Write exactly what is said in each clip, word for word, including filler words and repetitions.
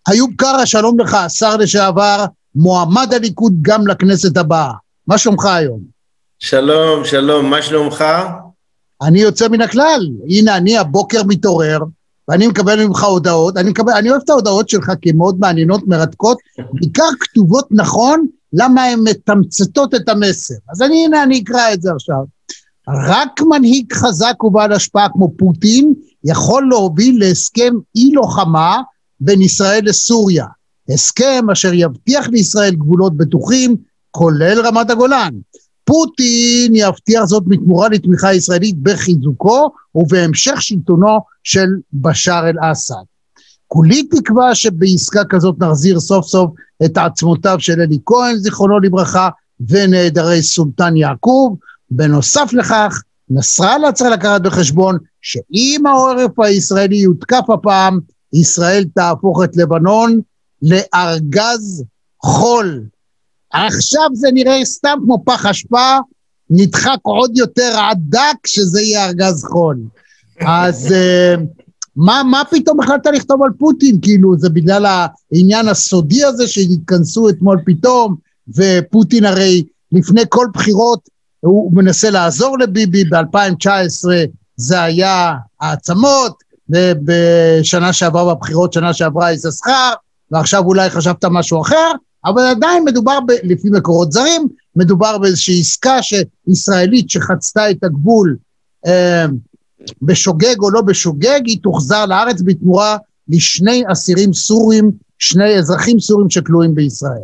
איוב קרא, שלום לך, שר לשעבר, מועמד הליכוד גם לכנסת הבאה. מה שלומך היום? שלום, שלום, מה שלומך? אני יוצא מן הכלל. הנה, אני הבוקר מתעורר, ואני מקבל ממך הודעות. אני, מקבל, אני אוהב את ההודעות שלך כי הן מאוד מעניינות, מרתקות, בעיקר כתובות נכון, למה הן מתמצתות את המסר. אז אני, הנה, אני אקרא את זה עכשיו. רק מנהיג חזק ובעל השפעה כמו פוטין, יכול להוביל להסכם אי לוחמה בין ישראל לסוריה. הסכם אשר יבטיח לישראל גבולות בטוחים, כולל רמת הגולן. פוטין יבטיח זאת בתמורה לתמיכה ישראלית בחיזוקו ובהמשך שלטונו של בשאר אל-אסד. כולי תקווה שבעסקה כזאת נחזיר סוף סוף את עצמותיו של אלי כהן, זיכרונו לברכה, ונעדרי סולטן יעקוב. בנוסף לכך, נסראללה צריך לקחת בחשבון שאם העורף הישראלי יותקף הפעם, ישראל תהפוך את לבנון לארגז חול. עכשיו זה נראה סתם כמו פח אשפה, נדחק עוד יותר עדק שזה יהיה ארגז חול. אז מה, מה פתאום החלטת לכתוב על פוטין? כאילו זה בגלל העניין הסודי הזה שהתכנסו אתמול פתאום, ופוטין הרי לפני כל בחירות הוא מנסה לעזור לביבי, ב-אלפיים תשע עשרה זה היה העצמות, ובשנה שעברה בבחירות, שנה שעברה יששכר, ועכשיו אולי חשבת משהו אחר, אבל עדיין מדובר, ב, לפי מקורות זרים, מדובר באיזושהי עסקה שישראלית שחצתה את הגבול אה, בשוגג או לא בשוגג, היא תוחזר לארץ בתמורה לשני אסירים סורים, שני אזרחים סורים שכלואים בישראל.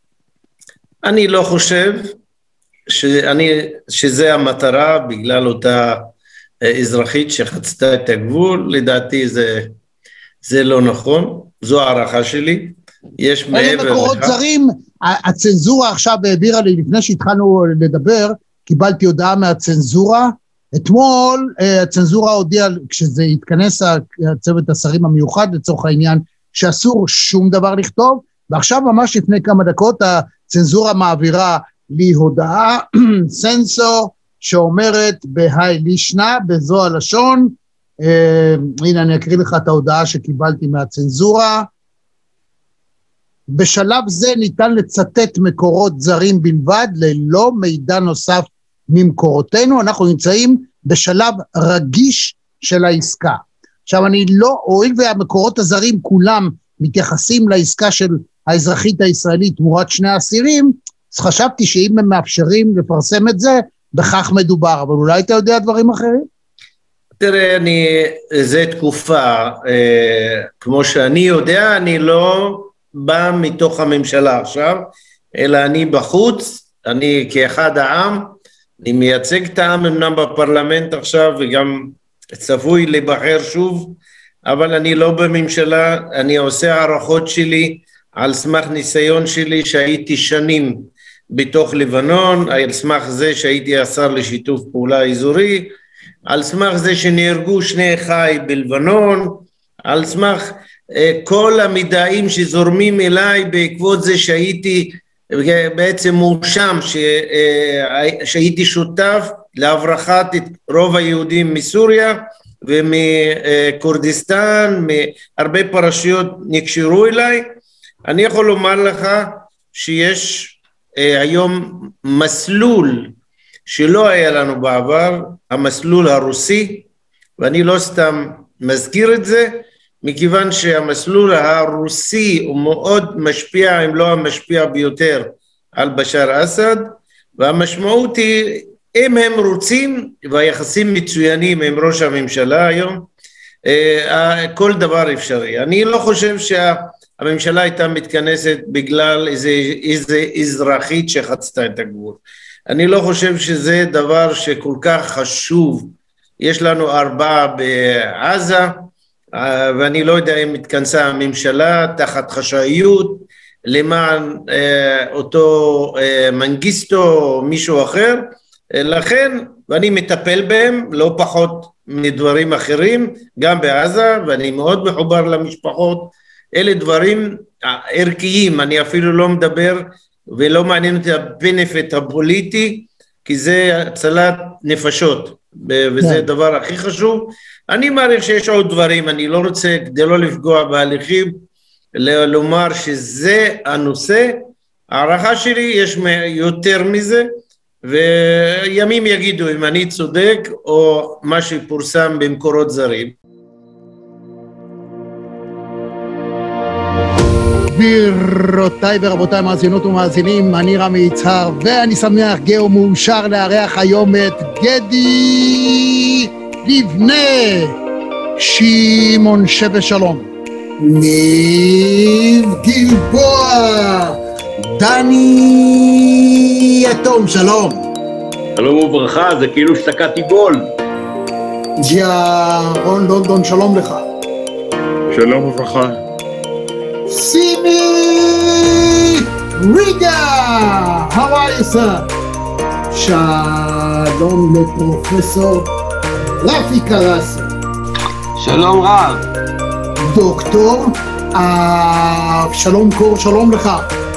אני לא חושב שאני, שזה המטרה בגלל אותה אזרחית שחצתה את הגבול, לדעתי זה, זה לא נכון, זו הערכה שלי. יש מעבר מקורות זרים, הצנזורה עכשיו העבירה לי, לפני שהתחלנו לדבר, קיבלתי הודעה מהצנזורה, אתמול הצנזורה הודיעה, כשזה התכנס הצוות השרים המיוחד לצורך העניין, שאסור שום דבר לכתוב, ועכשיו ממש לפני כמה דקות הצנזורה מעבירה לי הודעה, סנסו, שאומרת בהי לישנה, בזו הלשון, אה, הנה אני אקריא לך את ההודעה שקיבלתי מהצנזורה, בשלב זה ניתן לצטט מקורות זרים בלבד, ללא מידע נוסף ממקורותינו, אנחנו נמצאים בשלב רגיש של העסקה. עכשיו אני לא, הואיל והמקורות הזרים כולם מתייחסים לעסקה של האזרחית הישראלית תמורת שני האסירים, אז חשבתי שאם הם מאפשרים לפרסם את זה, בכך מדובר, אבל אולי אתה יודע דברים אחרים? תראה, אני, זה תקופה, אה, כמו שאני יודע, אני לא בא מתוך הממשלה עכשיו, אלא אני בחוץ, אני כאחד העם, אני מייצג את העם אמנם בפרלמנט עכשיו, וגם צפוי לבחר שוב, אבל אני לא בממשלה, אני עושה הערכות שלי, על סמך ניסיון שלי שהייתי שנים בתוך לבנון, על סמך זה שהייתי השר לשיתוף פעולה אזורי, על סמך זה שנהרגו שני אחי בלבנון, על סמך אה, כל המידעים שזורמים אליי בעקבות זה שהייתי בעצם מואשם, ש, אה, שהייתי שותף להברחת רוב היהודים מסוריה ומקורדיסטן, מהרבה פרשיות נקשרו אליי. אני יכול לומר לך שיש אה, היום מסלול שלא היה לנו בעבר, המסלול הרוסי, ואני לא סתם מזכיר את זה, מכיוון שהמסלול הרוסי הוא מאוד משפיע, אם לא המשפיע ביותר, על בשאר אסד, והמשמעות היא, אם הם רוצים, והיחסים מצוינים עם ראש הממשלה היום, כל דבר אפשרי. אני לא חושב שהממשלה הייתה מתכנסת בגלל איזה, איזה אזרחית שחצתה את הגבול. אני לא חושב שזה דבר שכל כך חשוב. יש לנו ארבעה בעזה, ואני לא יודע אם התכנסה הממשלה תחת חשאיות, למען אותו מנגיסטו או מישהו אחר, לכן, ואני מטפל בהם, לא פחות מדברים אחרים, גם בעזה, ואני מאוד מחובר למשפחות, אלה דברים ערכיים, אני אפילו לא מדבר, ולא מעניין אותי הבנפיט הפוליטי, כי זה הצלת נפשות, וזה הדבר הכי חשוב. אני מעריך שיש עוד דברים, אני לא רוצה, כדי לא לפגוע בהליכים, לומר שזה הנושא. הערכה שלי יש יותר מזה, וימים יגידו אם אני צודק או מה שפורסם במקורות זרים. גבירותיי ורבותיי מאזינות ומאזינים, אני רמי יצהר, ואני שמח גאה ומאושר לארח היום את גדי לבנה. שמעון שווה שלום. ניב גלבוע. דני יתום שלום. שלום וברכה, זה כאילו שתקעתי גול. ג'ירון לונדון שלום לך. שלום וברכה. סימי ריגה, how are you sir? שלום לפרופסור רפי קרסי. שלום רב. דוקטור שלום קור, שלום לך.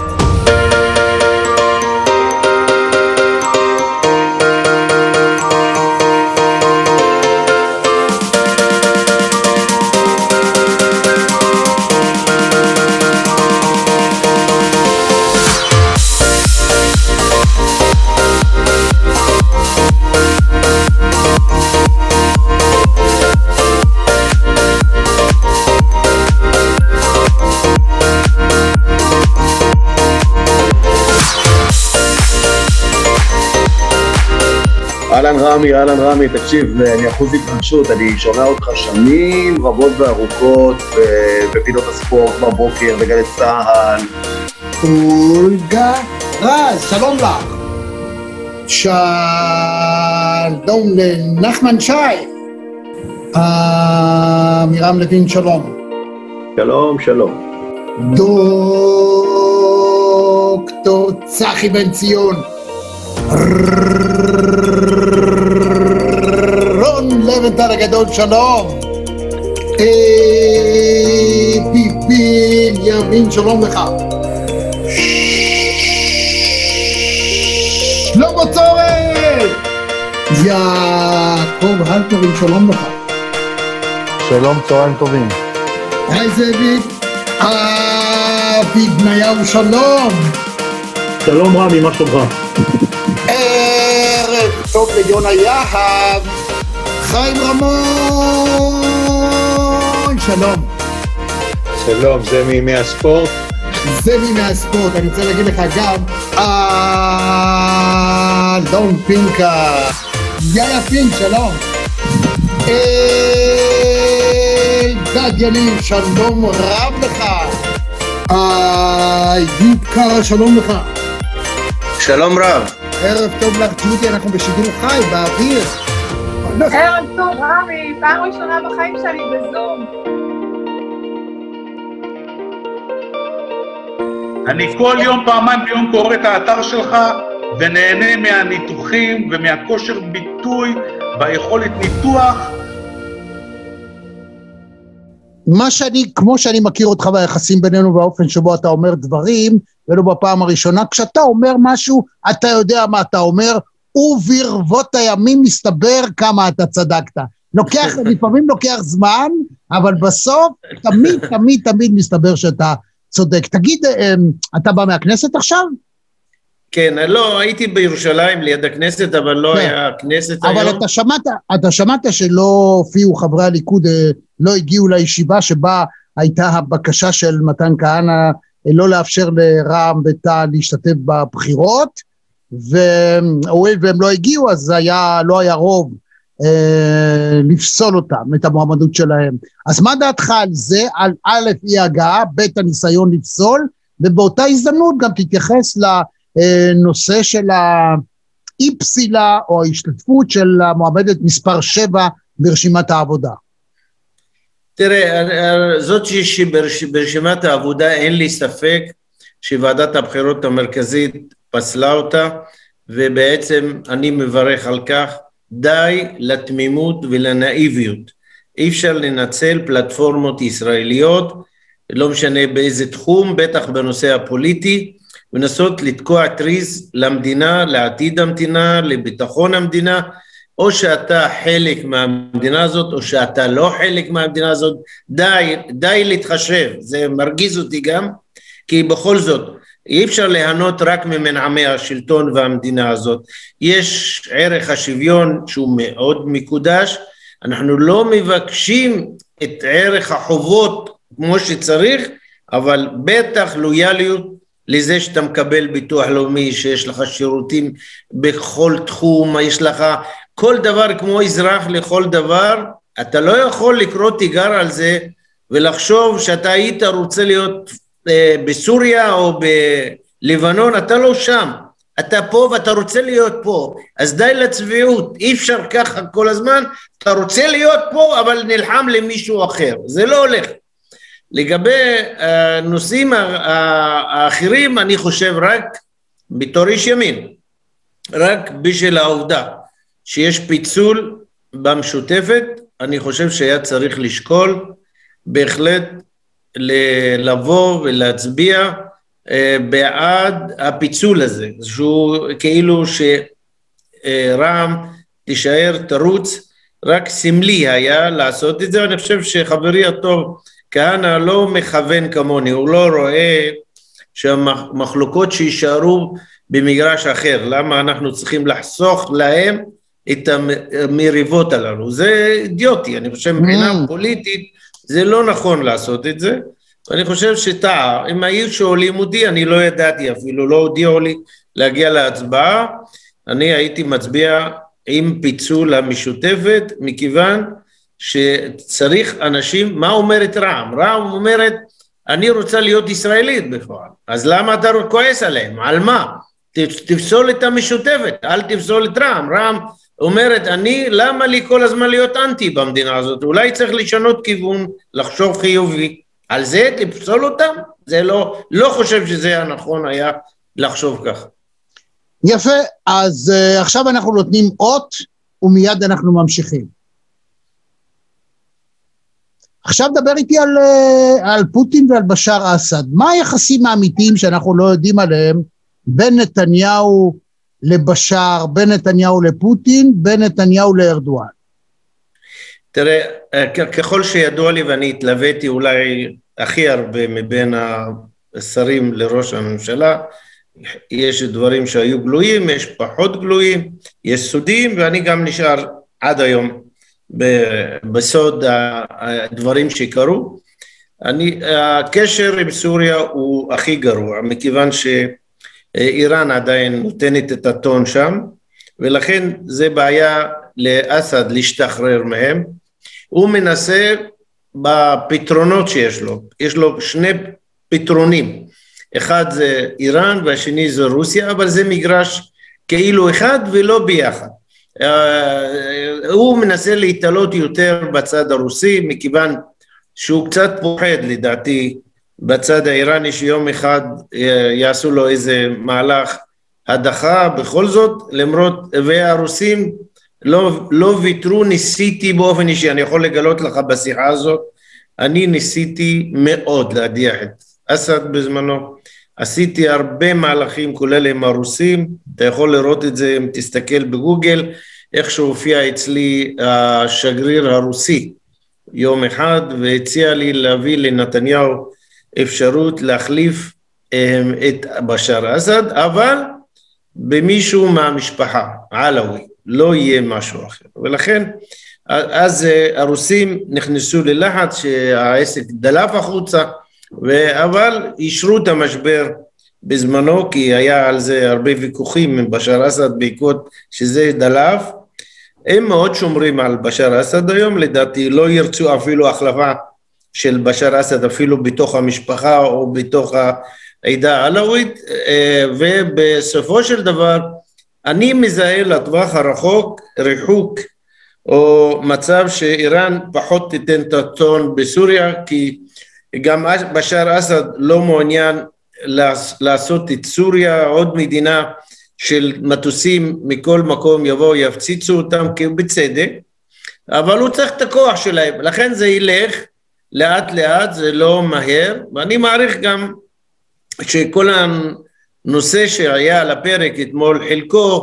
אהלן רמי, אהלן רמי, תקשיב, אני אחוז התרגשות, אני שומע אותך שנים רבות וארוכות בפינות הספורט בבוקר, בגלי צהל. אולגה רז, שלום לך. שלום לנחמן שי. מירם לוין, שלום. שלום, שלום. דוקטור צחי בן ציון. רון לבנטל הגדול, שלום. ביבי ימין, שלום לך. שלמה צורף. יעקב הלפרין, שלום לך. שלום, צהריים טובים. היי זאביק. אבי בניהו, שלום. שלום רמי, מה שלומך? ערב טוב ליונה יהב. חיים רמון, שלום. שלום, זה מימי הספורט. זה מימי הספורט, אני רוצה להגיד לך גם אלון פינקה. יאיה פינק, שלום. אלדד יניב, שלום רב לך. איוב קרא, שלום לך. שלום רב. ערב טוב לך ג'ודי, אנחנו בשידור חי, באוויר. ערב טוב רמי, פעם ראשונה בחיים שלי בזום. אני כל יום פעמיים ביום קורא את האתר שלך ונהנה מהניתוחים ומהכושר ביטוי והיכולת ניתוח. מה שאני, כמו שאני מכיר אותך והיחסים בינינו והאופן שבו אתה אומר דברים, ולא בפעם הראשונה, כשאתה אומר משהו, אתה יודע מה אתה אומר, וברבות הימים מסתבר כמה אתה צדקת. לוקח, לפעמים לוקח זמן, אבל בסוף תמיד, תמיד, תמיד מסתבר שאתה צודק. תגיד, אתה בא מהכנסת עכשיו? כן, לא, הייתי בירושלים ליד הכנסת, אבל לא כן. היה כנסת אבל היום. אבל אתה שמעת, אתה שמעת שלא הופיעו חברי הליכוד, לא הגיעו לישיבה שבה הייתה הבקשה של מתן כהנא, לא לאפשר לרע"מ ותע"ל להשתתף בבחירות, והואיל והם לא הגיעו, אז היה, לא היה רוב אה, לפסול אותם, את המועמדות שלהם. אז מה דעתך על זה, על א' אי הגעה, ב' הניסיון לפסול, ובאותה הזדמנות גם תתייחס לנושא של האי פסילה, או ההשתתפות של המועמדת מספר שבע ברשימת העבודה. תראה, זאת שברשימת העבודה אין לי ספק שוועדת הבחירות המרכזית פסלה אותה, ובעצם אני מברך על כך. די לתמימות ולנאיביות. אי אפשר לנצל פלטפורמות ישראליות, לא משנה באיזה תחום, בטח בנושא הפוליטי, ונסות לתקוע טריז למדינה, לעתיד המדינה, לביטחון המדינה, או שאתה חלק מהמדינה הזאת, או שאתה לא חלק מהמדינה הזאת, די, די להתחשב, זה מרגיז אותי גם, כי בכל זאת, אי אפשר ליהנות רק ממנעמי השלטון והמדינה הזאת, יש ערך השוויון שהוא מאוד מקודש, אנחנו לא מבקשים את ערך החובות כמו שצריך, אבל בטח לויאליות לזה שאתה מקבל ביטוח לאומי, שיש לך שירותים בכל תחום, יש לך כל דבר כמו אזרח לכל דבר, אתה לא יכול לקרוא תיגר על זה, ולחשוב שאתה היית רוצה להיות אה, בסוריה או בלבנון, אתה לא שם, אתה פה ואתה רוצה להיות פה, אז די לצביעות, אי אפשר ככה כל הזמן, אתה רוצה להיות פה אבל נלחם למישהו אחר, זה לא הולך. לגבי הנושאים האחרים, אני חושב רק בתור איש ימין, רק בשביל העובדה שיש פיצול במשותפת, אני חושב שהיה צריך לשקול בהחלט לבוא ולהצביע בעד הפיצול הזה, שהוא כאילו שרע"מ תישאר תרוץ, רק סמלי היה לעשות את זה, ואני חושב שחברי הטוב כהנא לא מכוון כמוני, הוא לא רואה שהמחלוקות שישארו במגרש אחר, למה אנחנו צריכים לחסוך להם את המריבות הללו, זה אידיוטי, אני חושב מבחינה פוליטית זה לא נכון לעשות את זה, ואני חושב שטעה, אם היו שואלים אותי, אני לא ידעתי אפילו, לא הודיעו לי להגיע להצבעה, אני הייתי מצביע עם פיצול המשותפת, מכיוון שצריך אנשים, מה אומרת רע"מ? רע"מ אומרת, אני רוצה להיות ישראלית בפועל, אז למה אתה כועס עליהם? על מה? תפסול את המשותפת, אל תפסול את רע"מ, רע"מ אומרת, אני, למה לי כל הזמן להיות אנטי במדינה הזאת? אולי צריך לשנות כיוון, לחשוב חיובי, על זה תפסול אותם? זה לא, לא חושב שזה הנכון היה לחשוב כך. יפה, אז uh, עכשיו אנחנו נותנים אות, ומיד אנחנו ממשיכים. עכשיו דבר איתי על, על פוטין ועל בשאר אסד. מה היחסים האמיתיים שאנחנו לא יודעים עליהם בין נתניהו לבשאר, בין נתניהו לפוטין, בין נתניהו לארדואן? תראה, ככל שידוע לי ואני התלוויתי אולי הכי הרבה מבין השרים לראש הממשלה, יש דברים שהיו גלויים, יש פחות גלויים, יש סודיים, ואני גם נשאר עד היום בסוד הדברים שקרו. אני, הקשר עם סוריה הוא הכי גרוע, מכיוון שאיראן עדיין נותנת את הטון שם, ולכן זה בעיה לאסד להשתחרר מהם. הוא מנסה בפתרונות שיש לו, יש לו שני פתרונים, אחד זה איראן והשני זה רוסיה, אבל זה מגרש כאילו אחד ולא ביחד. הוא מנסה להתעלות יותר בצד הרוסי, מכיוון שהוא קצת פוחד לדעתי בצד האיראני שיום אחד יעשו לו איזה מהלך הדחה, בכל זאת, למרות, והרוסים לא, לא ויתרו, ניסיתי באופן אישי, אני יכול לגלות לך בשיחה הזאת, אני ניסיתי מאוד להדיח את אסד בזמנו, עשיתי הרבה מהלכים כולל עם הרוסים, אתה יכול לראות את זה אם תסתכל בגוגל, איך שהופיע אצלי השגריר הרוסי יום אחד, והציע לי להביא לנתניהו אפשרות להחליף את בשאר אסד, אבל במישהו מהמשפחה, עלאווי, לא יהיה משהו אחר. ולכן, אז הרוסים נכנסו ללחץ שהעסק דלף החוצה, אבל אישרו את המשבר בזמנו, כי היה על זה הרבה ויכוחים עם בשאר אסד בעקבות שזה דלף. הם מאוד שומרים על בשאר אסד היום, לדעתי לא ירצו אפילו החלפה של בשאר אסד אפילו בתוך המשפחה או בתוך העדה העלאווית, ובסופו של דבר אני מזהה לטווח הרחוק ריחוק או מצב שאיראן פחות תיתן את הטון בסוריה, כי גם בשאר אסד לא מעוניין לעשות את סוריה עוד מדינה של מטוסים מכל מקום יבואו יפציצו אותם כבצדק, אבל הוא צריך את הכוח שלהם, לכן זה ילך לאט לאט, זה לא מהר, ואני מעריך גם שכל הנושא שהיה על הפרק אתמול חלקו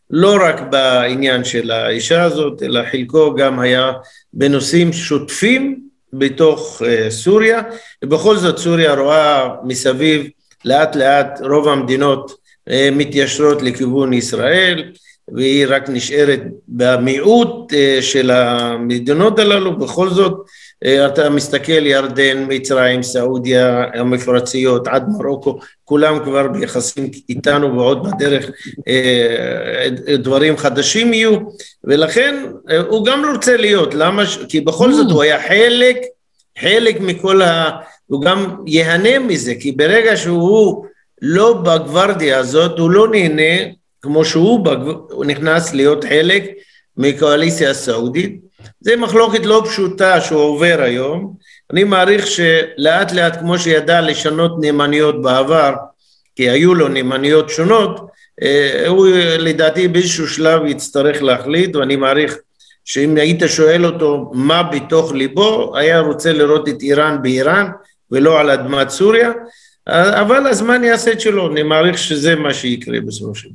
לא רק בעניין של האישה הזאת, אלא חלקו גם היה בנושאים שוטפים בתוך סוריה, ובכל זאת סוריה רואה מסביב לאט לאט רוב המדינות מתיישרות לכיוון ישראל, והיא רק נשארת במיעוט של המדינות הללו. בכל זאת אתה מסתכל ירדן, מצרים, סעודיה, המפרציות עד מרוקו, כולם כבר ביחסים איתנו ועוד בדרך דברים חדשים יהיו, ולכן הוא גם רוצה להיות, למה? כי בכל זאת הוא היה חלק, חלק מכל ה... הוא גם יהנה מזה, כי ברגע שהוא לא בגוורדיה הזאת, הוא לא נהנה כמו שהוא הוא נכנס להיות חלק מקואליציה הסעודית. זה מחלוקת לא פשוטה שהוא עובר היום. אני מעריך שלאט לאט כמו שידע לשנות נאמניות בעבר, כי היו לו נאמניות שונות, הוא לדעתי באיזשהו שלב יצטרך להחליט, ואני מעריך שאם היית שואל אותו מה בתוך ליבו, היה רוצה לראות את איראן באיראן ולא על אדמת סוריה, אבל הזמן יעשה את שלו, אני מעריך שזה מה שיקרה בסופו של דבר.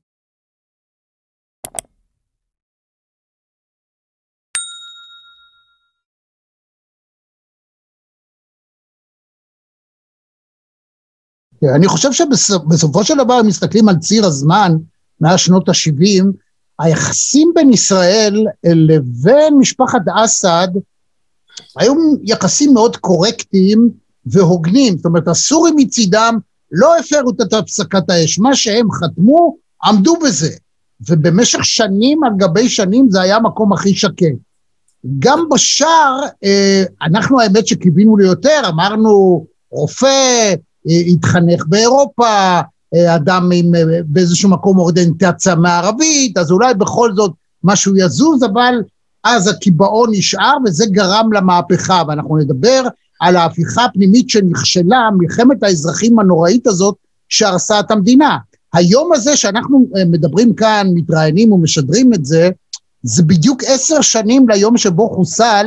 אני חושב שבסופו של דבר, אם מסתכלים על ציר הזמן, מאז שנות ה-שבעים, היחסים בין ישראל לבין משפחת אסד, היו יחסים מאוד קורקטיים והוגנים, זאת אומרת, הסורים מצידם לא הפרו את הפסקת האש, מה שהם חתמו, עמדו בזה, ובמשך שנים על גבי שנים זה היה המקום הכי שקט. גם בשאר, אנחנו האמת שקיווינו ליותר, אמרנו רופא, התחנך באירופה, אדם עם באיזשהו מקום אוריינטציה מערבית, אז אולי בכל זאת משהו יזוז, אבל אז הקיבעון נשאר, וזה גרם למהפכה, ואנחנו נדבר על ההפיכה הפנימית שנכשלה, מלחמת האזרחים הנוראית הזאת שהרסה את המדינה. היום הזה שאנחנו מדברים כאן, מתראיינים ומשדרים את זה, זה בדיוק עשר שנים ליום שבו חוסל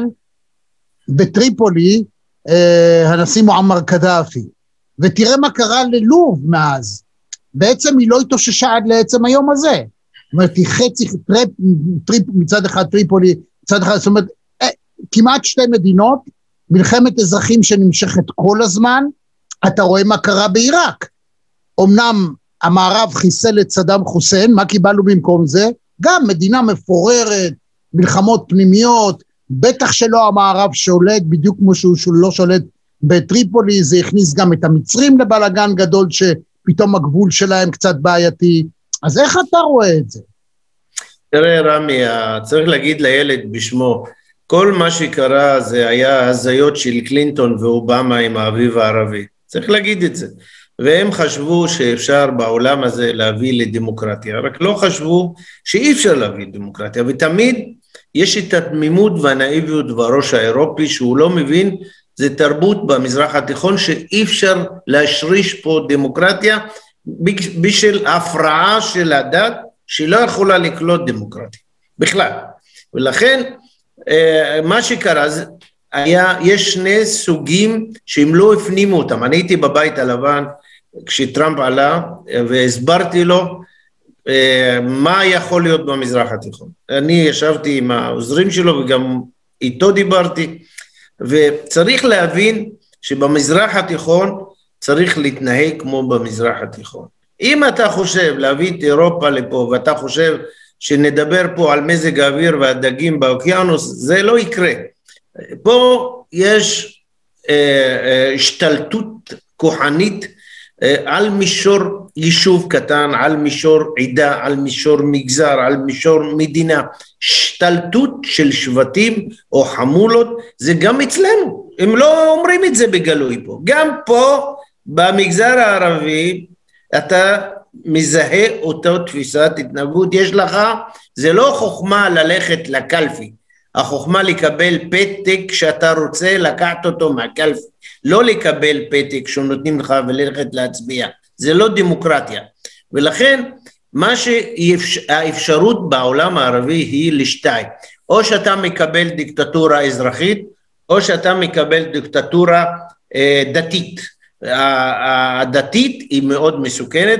בטריפולי אה, הנשיא מועמר קדאפי. ותראה מה קרה ללוב מאז. בעצם היא לא התאוששה עד לעצם היום הזה. זאת אומרת, היא חצי טריפ, טריפ, מצד אחד טריפולי, מצד אחד, זאת אומרת, אה, כמעט שתי מדינות, מלחמת אזרחים שנמשכת כל הזמן, אתה רואה מה קרה בעיראק. אמנם המערב חיסל את סדאם חוסיין, מה קיבלנו במקום זה? גם מדינה מפוררת, מלחמות פנימיות, בטח שלא המערב שולט, בדיוק כמו שהוא לא שולט בטריפולי, זה הכניס גם את המצרים לבלגן גדול, שפתאום הגבול שלהם קצת בעייתי. אז איך אתה רואה את זה? תראה רמי, צריך להגיד לילד בשמו, כל מה שקרה זה היה הזיות של קלינטון ואובמה עם האביב הערבי, צריך להגיד את זה. והם חשבו שאפשר בעולם הזה להביא לדמוקרטיה, רק לא חשבו שאי אפשר להביא דמוקרטיה, ותמיד יש את התמימות והנאיביות בראש האירופי, שהוא לא מבין, זה תרבות במזרח התיכון שאי אפשר להשריש פה דמוקרטיה, בשביל ההפרעה של הדת, שלא יכולה לקלוט דמוקרטיה, בכלל. ולכן, מה שקרה, היה, יש שני סוגים שהם לא הפנימו אותם. אני הייתי בבית הלבן, כשטראמפ עלה, והסברתי לו מה יכול להיות במזרח התיכון. אני ישבתי עם העוזרים שלו וגם איתו דיברתי, וצריך להבין שבמזרח התיכון צריך להתנהג כמו במזרח התיכון. אם אתה חושב להביא את אירופה לפה, ואתה חושב שנדבר פה על מזג האוויר והדגים באוקיינוס, זה לא יקרה. פה יש השתלטות כוחנית על מישור יישוב קטן, על מישור עדה, על מישור מגזר, על מישור מדינה. השתלטות של שבטים או חמולות, זה גם אצלנו. הם לא אומרים את זה בגלוי פה. גם פה במגזר הערבי, אתה מזהה אותו תפיסת התנהגות. יש לך, זה לא חוכמה ללכת לקלפי. החוכמה לקבל פתק שאתה רוצה לקחת אותו מהקלפי, לא לקבל פתק שנותנים לך וללכת להצביע, זה לא דמוקרטיה. ולכן מה שהאפשרות בעולם הערבי היא לשתיים, או שאתה מקבל דיקטטורה אזרחית, או שאתה מקבל דיקטטורה אה, דתית. הדתית היא מאוד מסוכנת,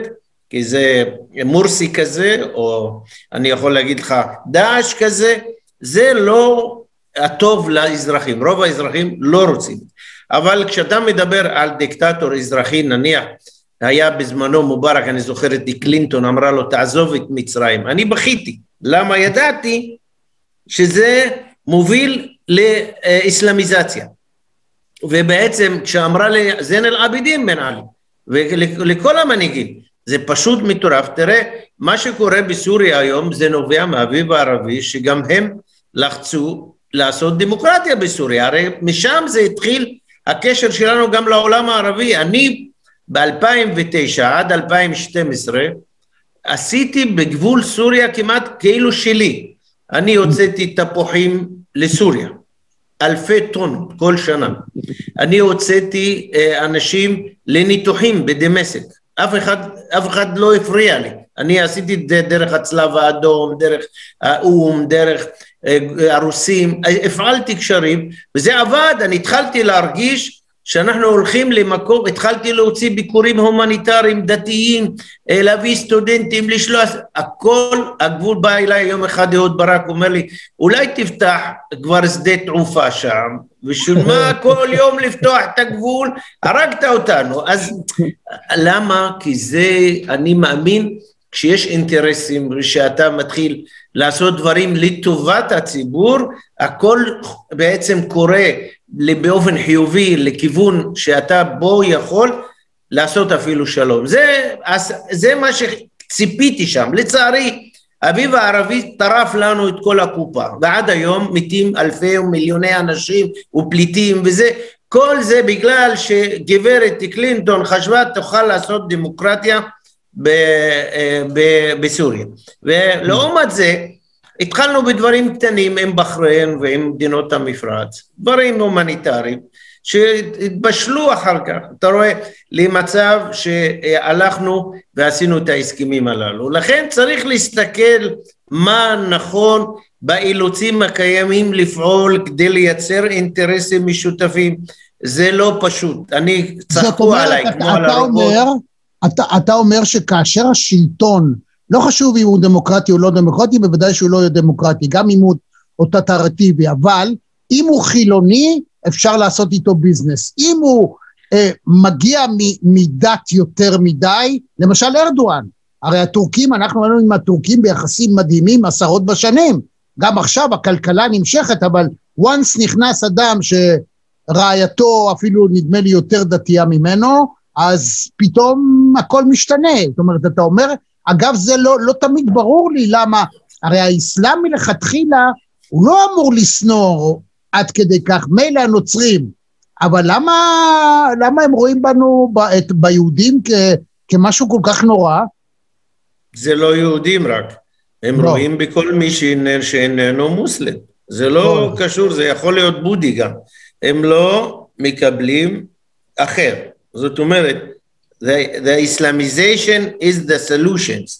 כי זה מורסי כזה, או אני יכול להגיד לך דאעש כזה, זה לא הטוב לאזרחים, רוב האזרחים לא רוצים. אבל כשאתה מדבר על דיקטטור אזרחי, נניח, היה בזמנו מובארק, אני זוכר את קלינטון, אמרה לו תעזוב את מצרים, אני בכיתי, למה ידעתי שזה מוביל לאסלאמיזציה, ובעצם כשאמרה לזין אל-עבידין בן עלי, ולכל המנהיגים, זה פשוט מטורף. תראה, מה שקורה בסוריה היום, זה נובע מהאביב הערבי, שגם הם לחצו לעשות דמוקרטיה בסוריה, הרי משם זה התחיל הקשר שלנו גם לעולם הערבי. אני ב-אלפיים ותשע עד אלפיים ושתים עשרה, עשיתי בגבול סוריה כמעט כאילו שלי, אני הוצאתי תפוחים לסוריה, אלפי טונות כל שנה, אני הוצאתי אנשים לניתוחים בדמשק, אף אחד, אף אחד לא הפריע לי, אני עשיתי את זה דרך הצלב האדום, דרך האום, דרך הרוסים, הפעלתי קשרים, וזה עבד. אני התחלתי להרגיש שאנחנו הולכים למקום, התחלתי להוציא ביקורים הומניטריים, דתיים, להביא סטודנטים, לשלוח, הכל, הגבול בא אליי יום אחד, אהוד ברק אומר לי, אולי תפתח כבר שדה תעופה שם, ושל מה כל יום לפתוח את הגבול, הרגת אותנו. אז למה? כי זה, אני מאמין, כשיש אינטרסים ושאתה מתחיל לעשות דברים לטובת הציבור, הכל בעצם קורה באופן חיובי לכיוון שאתה בו יכול לעשות אפילו שלום. זה, זה מה שציפיתי שם. לצערי, האביב הערבי טרף לנו את כל הקופה, ועד היום מתים אלפי ומיליוני אנשים ופליטים, וזה, כל זה בגלל שגברת קלינטון חשבה תוכל לעשות דמוקרטיה בסוריה. ולעומת זה, התחלנו בדברים קטנים עם בחריין ועם מדינות המפרץ, דברים הומניטריים, שהתבשלו אחר כך, אתה רואה, למצב שהלכנו ועשינו את ההסכמים הללו. לכן צריך להסתכל מה נכון באילוצים הקיימים לפעול כדי לייצר אינטרסים משותפים. זה לא פשוט, אני צחקו עליי כמו על הרובוט. אתה, אתה אומר שכאשר השלטון, לא חשוב אם הוא דמוקרטי או לא דמוקרטי, בוודאי שהוא לא יהיה דמוקרטי, גם אם הוא אוטוטרטיבי, אבל אם הוא חילוני, אפשר לעשות איתו ביזנס. אם הוא אה, מגיע מדת יותר מדי, למשל ארדואן, הרי הטורקים, אנחנו היינו עם הטורקים ביחסים מדהימים עשרות בשנים, גם עכשיו הכלכלה נמשכת, אבל once נכנס אדם שרעייתו אפילו נדמה לי יותר דתייה ממנו, אז פתאום הכל משתנה. זאת אומרת, אתה אומר, אגב זה לא, לא תמיד ברור לי למה, הרי האסלאם מלכתחילה, הוא לא אמור לסנור עד כדי כך, מילא הנוצרים, אבל למה, למה הם רואים בנו, ב, את, ביהודים כ, כמשהו כל כך נורא? זה לא יהודים רק, הם לא. רואים בכל מי שאיננו מוסלם, זה לא, לא קשור, זה יכול להיות בודי גם, הם לא מקבלים אחר, זאת אומרת, the, the Islamization is the solutions,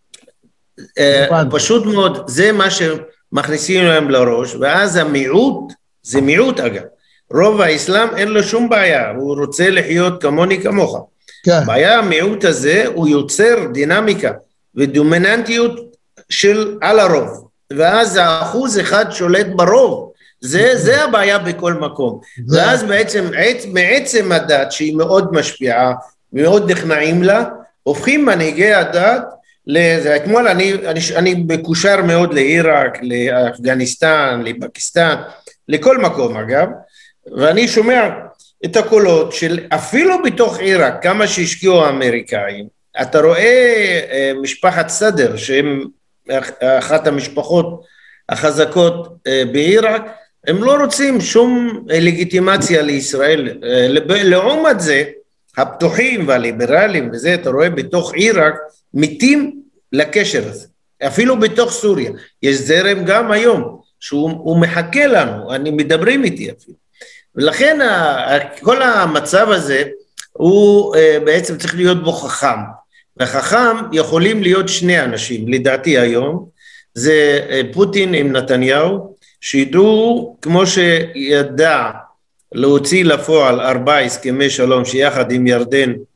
uh, פשוט מאוד, זה מה שמכניסים להם לראש, ואז המיעוט, זה מיעוט אגב, רוב האסלאם אין לו שום בעיה, הוא רוצה לחיות כמוני כמוך, כן. בעיה המיעוט הזה, הוא יוצר דינמיקה, ודומיננטיות של על הרוב, ואז האחוז אחד שולט ברוב, זה, זה הבעיה בכל מקום, זה... ואז בעצם, מעצם הדת שהיא מאוד משפיעה, מאוד נכנעים לה, הופכים מנהיגי הדת, לזה, אתמול אני, אני, אני מקושר מאוד לעיראק, לאפגניסטן, לפקיסטן, לכל מקום אגב, ואני שומע את הקולות של אפילו בתוך עיראק, כמה שהשקיעו האמריקאים, אתה רואה משפחת סדר, שהם אחת המשפחות החזקות בעיראק, הם לא רוצים שום לגיטימציה לישראל, לעומת זה, הפתוחים והליברלים וזה, אתה רואה בתוך עיראק, מתים לקשר הזה, אפילו בתוך סוריה, יש זרם גם היום, שהוא מחכה לנו, אני מדברים איתי אפילו, ולכן כל המצב הזה, הוא בעצם צריך להיות בו חכם, וחכם יכולים להיות שני אנשים, לדעתי היום, זה פוטין עם נתניהו, שידעו כמו שידע להוציא לפועל ארבעה הסכמי שלום שיחד עם ירדן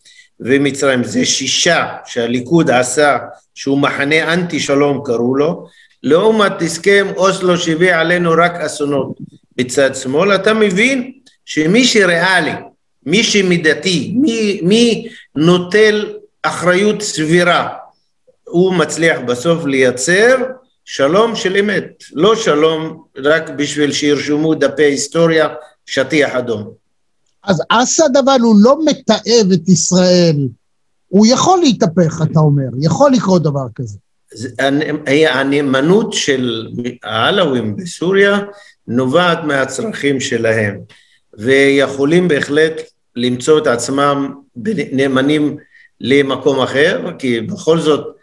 ומצרים, זה שישה שהליכוד עשה, שהוא מחנה אנטי שלום קראו לו, לעומת הסכם אוסלו שהביא עלינו רק אסונות בצד שמאל. אתה מבין שמי שריאלי, מי שמידתי, מי, מי נוטל אחריות סבירה, הוא מצליח בסוף לייצר שלום של אמת, לא שלום רק בשביל שירשמו דפי היסטוריה שטיח אדום. אז אסד אבל הוא לא מתעב את ישראל, הוא יכול להתהפך, אתה אומר, יכול לקרות דבר כזה. הנאמנות של העלווים בסוריה נובעת מהצרכים שלהם, ויכולים בהחלט למצוא את עצמם נאמנים למקום אחר, כי בכל זאת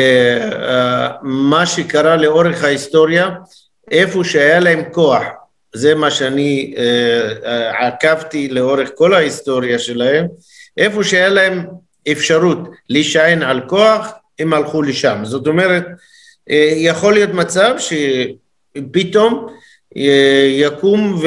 מה שקרה לאורך ההיסטוריה, איפה שהיה להם כוח, זה מה שאני עקבתי לאורך כל ההיסטוריה שלהם, איפה שהיה להם אפשרות להישען על כוח, הם הלכו לשם. זאת אומרת, יכול להיות מצב שפתאום יקום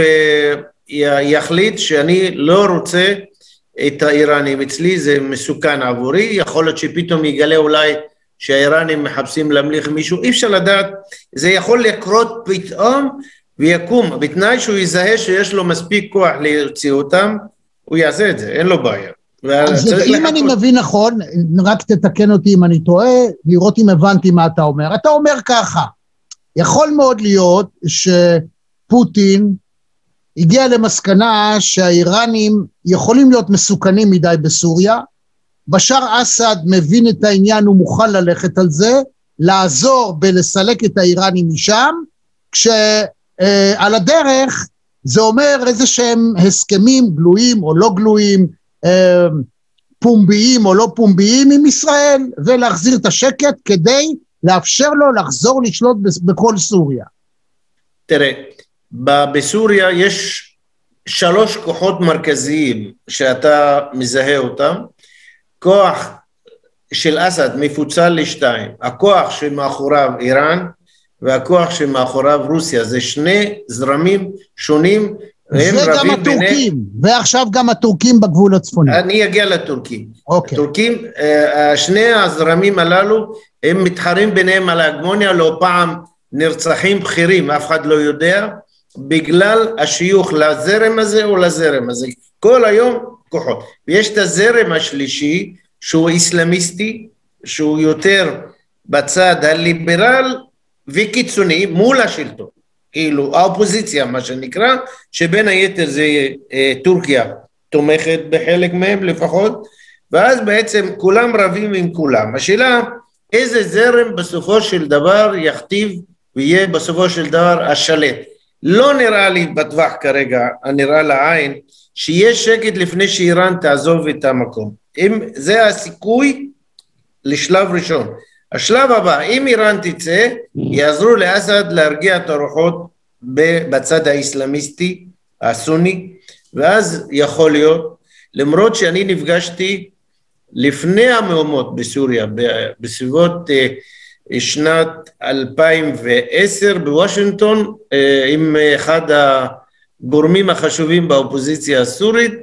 ויחליט שאני לא רוצה את האיראנים אצלי, זה מסוכן עבורי, יכול להיות שפתאום יגלה אולי שהאיראנים מחפשים להמליך מישהו, אי אפשר לדעת, זה יכול לקרות פתאום ויקום, בתנאי שהוא יזהה שיש לו מספיק כוח להוציא אותם, הוא יעשה את זה, אין לו בעיה. אז אם אני מבין נכון, רק תתקן אותי אם אני טועה, לראות אם הבנתי מה אתה אומר. אתה אומר ככה, יכול מאוד להיות שפוטין הגיע למסקנה שהאיראנים יכולים להיות מסוכנים מדי בסוריה, בשאר אסד מבין את העניין, הוא מוכן ללכת על זה, לעזור בלסלק את האיראנים משם, כשעל הדרך זה אומר איזה שהם הסכמים גלויים או לא גלויים, פומביים או לא פומביים עם ישראל, ולהחזיר את השקט כדי לאפשר לו לחזור לשלוט בכל סוריה. תראה, בסוריה יש שלוש כוחות מרכזיים שאתה מזהה אותם, כוח של אסד מפוצל לשתיים, הכוח שמאחוריו איראן והכוח שמאחוריו רוסיה, זה שני זרמים שונים, וגם הטורקים, ועכשיו גם הטורקים בגבול הצפוני. אני אגיע לטורקים. אוקיי. הטורקים, שני הזרמים הללו, הם מתחרים ביניהם על ההגמוניה, לא פעם נרצחים בכירים, אף אחד לא יודע, בגלל השיוך לזרם הזה או לזרם הזה. כל היום כוחות. ויש את הזרם השלישי, שהוא איסלאמיסטי, שהוא יותר בצד הליברל וקיצוני מול השלטון. כאילו האופוזיציה מה שנקרא, שבין היתר זה אה, טורקיה תומכת בחלק מהם לפחות, ואז בעצם כולם רבים עם כולם. השאלה איזה זרם בסופו של דבר יכתיב ויהיה בסופו של דבר השלט. לא נראה לי בטווח כרגע, נראה לעין, שיש שקט לפני שאיראן תעזוב את המקום. אם זה הסיכוי לשלב ראשון. השלב הבא, אם איראן תצא, יעזרו לאסד להרגיע את הרוחות בצד האסלאמיסטי, הסוני, ואז יכול להיות, למרות שאני נפגשתי לפני המהומות בסוריה, בסביבות שנת אלפיים ועשר בוושינגטון, עם אחד הגורמים החשובים באופוזיציה הסורית,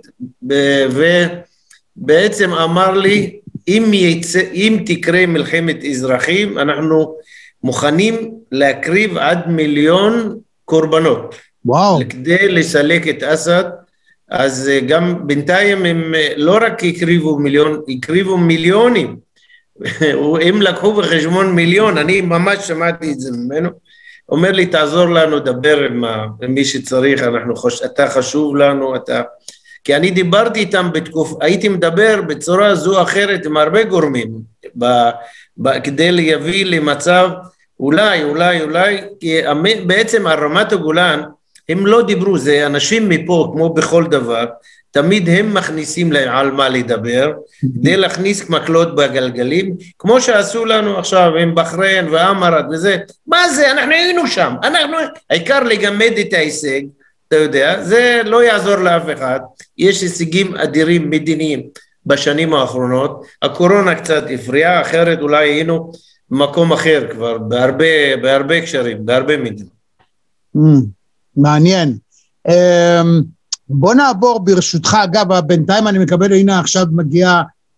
ובעצם אמר לי, אם, יצא, אם תקרה מלחמת אזרחים, אנחנו מוכנים להקריב עד מיליון קורבנות. וואו. כדי לסלק את אסד, אז גם בינתיים הם לא רק הקריבו מיליון, הקריבו מיליונים. הם לקחו בחשבון מיליון, אני ממש שמעתי את זה ממנו. אומר לי, תעזור לנו, דבר עם מי שצריך, אנחנו חוש... אתה חשוב לנו, אתה... כי אני דיברתי איתם בתקוף, הייתי מדבר בצורה זו או אחרת עם הרבה גורמים, ב, ב, כדי להביא למצב, אולי, אולי, אולי, כי בעצם על רמת הגולן, הם לא דיברו, זה אנשים מפה, כמו בכל דבר, תמיד הם מכניסים להם על מה לדבר, כדי להכניס מקלות בגלגלים, כמו שעשו לנו עכשיו עם בחריין ואמרת וזה, מה זה, אנחנו היינו שם, אנחנו, העיקר לגמד את ההישג, אתה יודע, זה לא יעזור לאף אחד, יש הישגים אדירים מדיניים בשנים האחרונות, הקורונה קצת הפריעה, אחרת אולי היינו במקום אחר כבר, בהרבה, בהרבה קשרים, בהרבה מדינות. Mm, מעניין. Um, בוא נעבור ברשותך, אגב, בינתיים אני מקבל, הנה עכשיו מגיע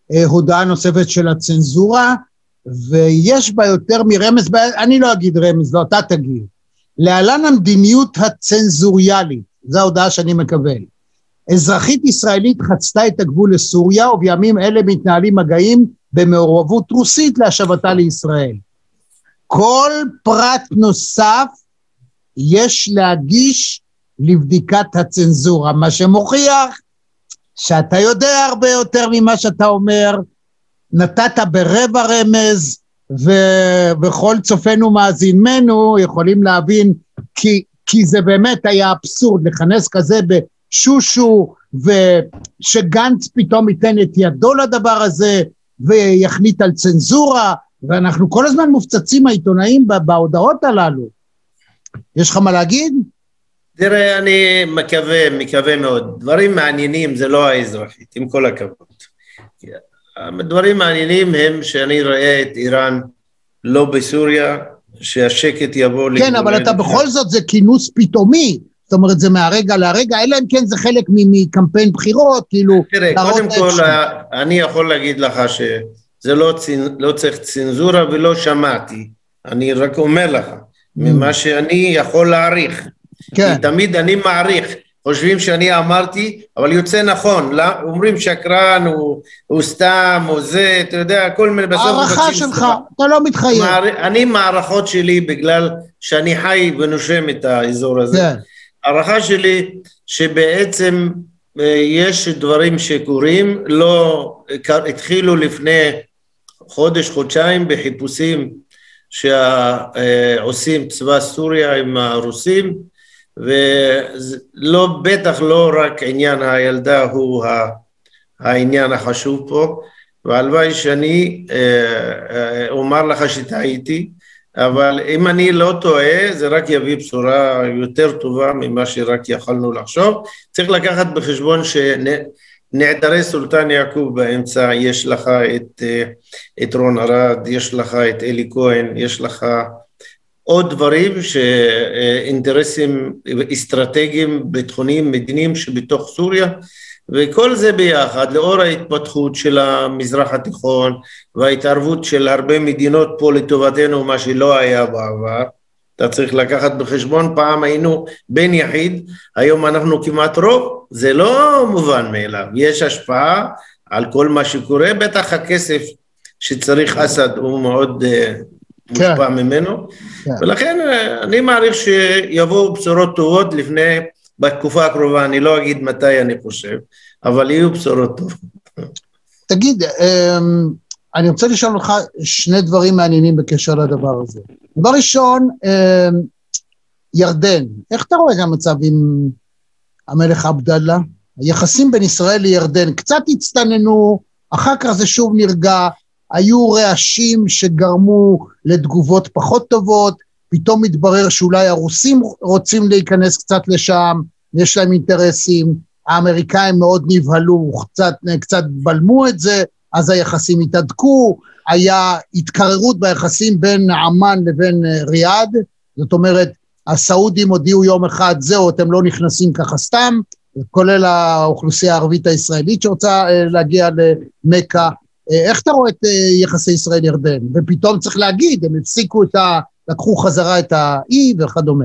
הודעה נוספת של הצנזורה, ויש בה יותר מרמז, אני לא אגיד רמז, לא, אתה תגיד. להלן המדיניות הצנזוריאלית, זו ההודעה שאני מקבל. אזרחית ישראלית חצתה את הגבול לסוריה, ובימים אלה מתנהלים מגעים במעורבות רוסית להשבתה לישראל. כל פרט נוסף יש להגיש לבדיקת הצנזורה, מה שמוכיח שאתה יודע הרבה יותר ממה שאתה אומר, נתת ברבע רמז, וכל צופנו מאזיננו יכולים להבין, כי, כי זה באמת היה אבסורד, לכנס כזה בשושו, ושגנץ פתאום ייתן את ידו לדבר הזה, ויחליט על צנזורה, ואנחנו כל הזמן מופצצים העיתונאים בהודעות הללו. יש לך מה להגיד? תראה, אני מקווה, מקווה מאוד. דברים מעניינים זה לא האזרחית, עם כל הכבוד. הדברים מעניינים הם שאני רואה את איראן לא בסוריה, שהשקט יבוא... כן, אבל אתה בכל זאת זה כינוס פתאומי, זאת אומרת זה מהרגע להרגע, אלא אם כן זה חלק מקמפיין בחירות, כאילו... תראה, קודם כל, אני יכול להגיד לך שזה לא צריך צנזורה ולא שמעתי, אני רק אומר לך, ממה שאני יכול להעריך. כן. תמיד אני מעריך, חושבים שאני אמרתי, אבל יוצא נכון, לא? אומרים שקרן, הוא, הוא סתם, או זה, אתה יודע, כל מיני... הערכה שלך, סתם. אתה לא מתחייב. מער... אני מערכות שלי, בגלל שאני חי ונושם את האזור הזה, כן. הערכה שלי שבעצם יש דברים שקורים, לא התחילו לפני חודש, חודשיים בחיפושים שעושים צבא סוריה עם הרוסים, ולא, בטח לא רק עניין הילדה הוא העניין החשוב פה, והלוואי שאני אומר לך שטעיתי, אבל אם אני לא טועה, זה רק יביא בשורה יותר טובה ממה שרק יכולנו לחשוב. צריך לקחת בחשבון שנעדרי סולטן יעקוב באמצע, יש לך את, את רון ארד, יש לך את אלי כהן, יש לך עוד דברים שאינטרסים אסטרטגיים, ביטחוניים, מדיניים שבתוך סוריה, וכל זה ביחד, לאור ההתפתחות של המזרח התיכון, וההתערבות של הרבה מדינות פה לטובתנו, מה שלא היה בעבר, אתה צריך לקחת בחשבון, פעם היינו בן יחיד, היום אנחנו כמעט רוב, זה לא מובן מאליו, יש השפעה על כל מה שקורה, בטח הכסף שצריך אסד הוא מאוד מושפע ממנו, ולכן אני מעריך שיבואו בשורות טובות לפני, בתקופה הקרובה, אני לא אגיד מתי אני חושב, אבל יהיו בשורות טובות. תגיד, אני רוצה לשאול לך שני דברים מעניינים בקשר לדבר הזה. דבר ראשון, ירדן, איך אתה רואה גם מצב עם המלך עבדאללה? היחסים בין ישראל לירדן קצת הצטננו, אחר כך זה שוב נרגע, היו רעשים שגרמו לתגובות פחות טובות, פתאום מתברר שאולי הרוסים רוצים להיכנס קצת לשם, יש להם אינטרסים, האמריקאים מאוד נבהלו, קצת, קצת בלמו את זה, אז היחסים התהדקו, היה התקררות ביחסים בין עמן לבין ריאד, זאת אומרת, הסעודים הודיעו יום אחד, זהו, אתם לא נכנסים ככה סתם, כולל האוכלוסייה הערבית הישראלית שרוצה להגיע למכה. איך אתה רואה את יחסי ישראל ירדן? ופתאום צריך להגיד, הם הפסיקו את ה... לקחו חזרה את האי וכדומה.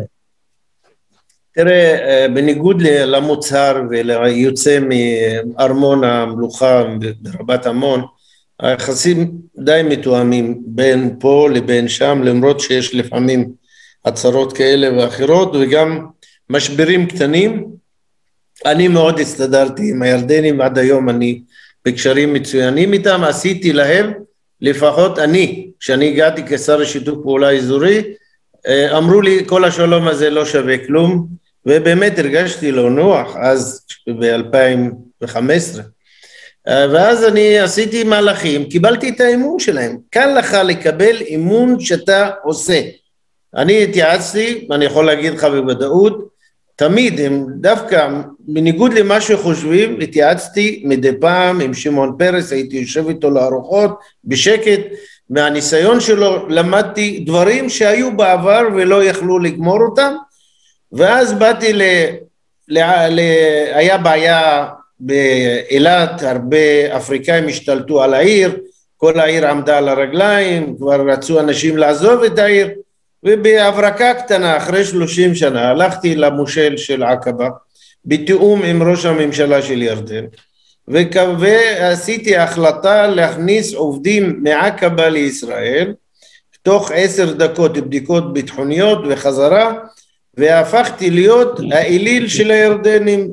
תראה, בניגוד למוצהר וליוצא מארמון המלוכה ברבת עמון, היחסים די מתואמים בין פה לבין שם, למרות שיש לפעמים הצהרות כאלה ואחרות, וגם משברים קטנים. אני מאוד הסתדרתי עם הירדנים, עד היום אני בקשרים מצוינים איתם, עשיתי להם, לפחות אני, כשאני הגעתי כשר לשיתוף פעולה אזורי, אמרו לי, כל השלום הזה לא שווה כלום, ובאמת הרגשתי לא נוח, אז ב-אלפיים וחמש עשרה. ואז אני עשיתי מהלכים, קיבלתי את האמון שלהם. קל לך לקבל אמון שאתה עושה. אני התייעצתי, ואני יכול להגיד לך בוודאות, תמיד, הם דווקא, בניגוד למה שחושבים, התייעצתי מדי פעם עם שמעון פרס, הייתי יושב איתו לארוחות, בשקט, מהניסיון שלו למדתי דברים שהיו בעבר ולא יכלו לגמור אותם, ואז באתי ל... ל... ל... היה בעיה באילת הרבה אפריקאים השתלטו על העיר, כל העיר עמדה על הרגליים, כבר רצו אנשים לעזוב את העיר, ובהברקה קטנה, אחרי שלושים שנה, הלכתי למושל של עקבה, בתיאום עם ראש הממשלה של ירדן, ועשיתי החלטה להכניס עובדים מעקבה לישראל, תוך עשר דקות בדיקות ביטחוניות וחזרה, והפכתי להיות האליל של הירדנים.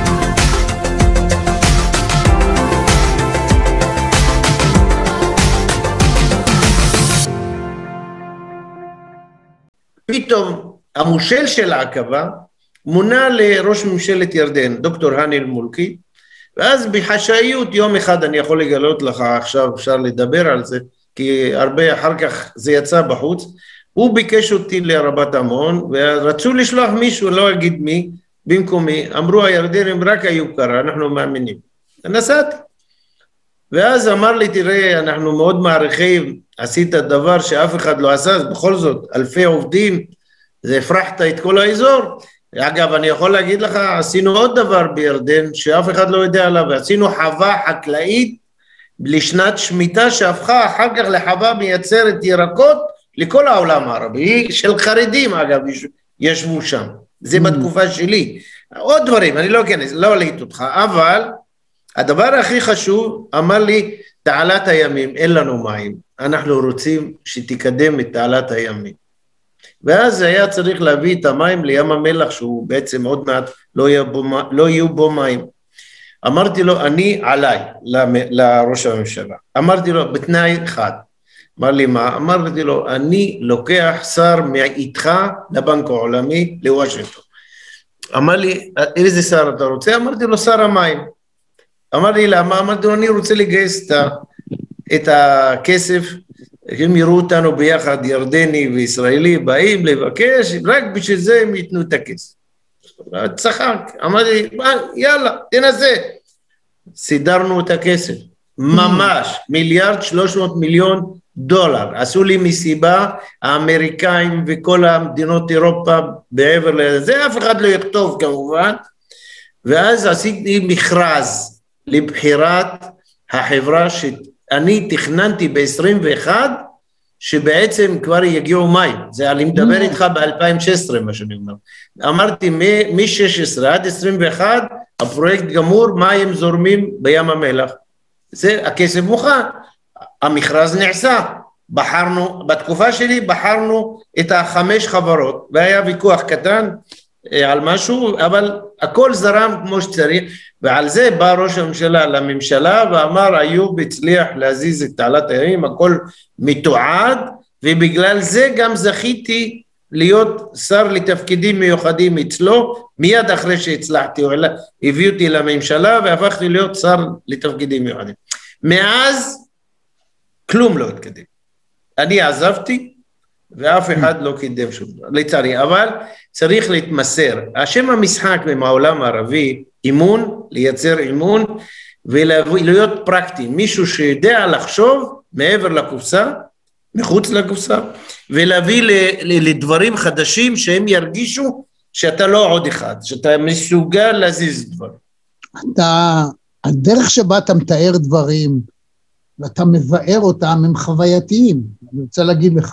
פתאום המושל של עקבה מונה לראש ממשלת ירדן, דוקטור האני אל-מולקי, ואז בחשאיות יום אחד, אני יכול לגלות לך עכשיו, אפשר לדבר על זה, כי הרבה אחר כך זה יצא בחוץ, הוא ביקש אותי לרבת עמון, ורצו לשלוח מישהו, לא אגיד מי, במקומי, אמרו הירדנים רק היו קרה, אנחנו מאמינים. נסעתי. ואז אמר לי, תראה, אנחנו מאוד מעריכים, עשית דבר שאף אחד לא עשה, אז בכל זאת, אלפי עובדים, זה הפרחת את כל האזור. אגב, אני יכול להגיד לך, עשינו עוד דבר בירדן, שאף אחד לא יודע עליו, ועשינו חווה חקלאית, לשנת שמיטה, שהפכה אחר כך לחווה מייצרת ירקות, לכל העולם הערבי, של חרדים אגב, ישבו שם. זה בתקופה שלי. עוד דברים, אני לא אכנס, לא להיט אותך, אבל הדבר הכי חשוב, אמר לי, תעלת הימים, אין לנו מים, אנחנו רוצים שתקדם את תעלת הימים. ואז היה צריך להביא את המים לים המלח, שהוא בעצם עוד מעט לא יהיו בו, לא יהיו בו מים. אמרתי לו, אני עליי, לראש הממשלה. אמרתי לו, בתנאי אחד. אמר לי מה? אמרתי לו, אני לוקח שר מאיתך לבנק העולמי לוושינגטון. אמר לי, איזה שר אתה רוצה? אמרתי לו, שר המים. אמר לי, למה? אמרתי לו, אני רוצה לגייס את הכסף, הם יראו אותנו ביחד, ירדני וישראלי, באים לבקש, רק בשביל זה הם ייתנו את הכסף. צחק, אמרתי, יאללה, תנסה. סידרנו את הכסף, ממש, מיליארד שלוש מאות מיליון דולר, עשו לי מסיבה, האמריקאים וכל המדינות אירופה בעבר לזה, אף אחד לא יכתוב כמובן, ואז עשיתי מכרז לבחירת החברה שאני תכננתי ב-עשרים ואחת, שבעצם כבר יגיעו מים, זה אני מדבר איתך ב-אלפיים ושש עשרה מה שאני אומר, אמרתי מ-שש עשרה עד עשרים ואחת, הפרויקט גמור, מים זורמים בים המלח, זה הכסף מוכן, המכרז נעשה, בחרנו, בתקופה שלי בחרנו את החמש חברות, והיה ויכוח קטן על משהו, אבל הכל זרם כמו שצריך, ועל זה בא ראש הממשלה לממשלה, ואמר איוב הצליח להזיז את תעלת הימים, הכל מתועד, ובגלל זה גם זכיתי להיות שר לתפקידים מיוחדים אצלו, מיד אחרי שהצלחתי, הביא אותי לממשלה, והפכתי להיות שר לתפקידים מיוחדים. מאז, כלום לא התקדם. אני עזבתי, ואף אחד לא קידם שום דבר, לצערי, אבל צריך להתמסר. השם המשחק עם העולם הערבי, אימון, לייצר אימון, ולהיות פרקטי, מישהו שיודע לחשוב מעבר לקופסה, מחוץ לקופסה, ולהביא לדברים חדשים שהם ירגישו שאתה לא עוד אחד, שאתה מסוגל להזיז דברים. אתה, הדרך שבה אתה מתאר דברים, ואתה מבאר אותם, הם חווייתיים, אני רוצה להגיד לך,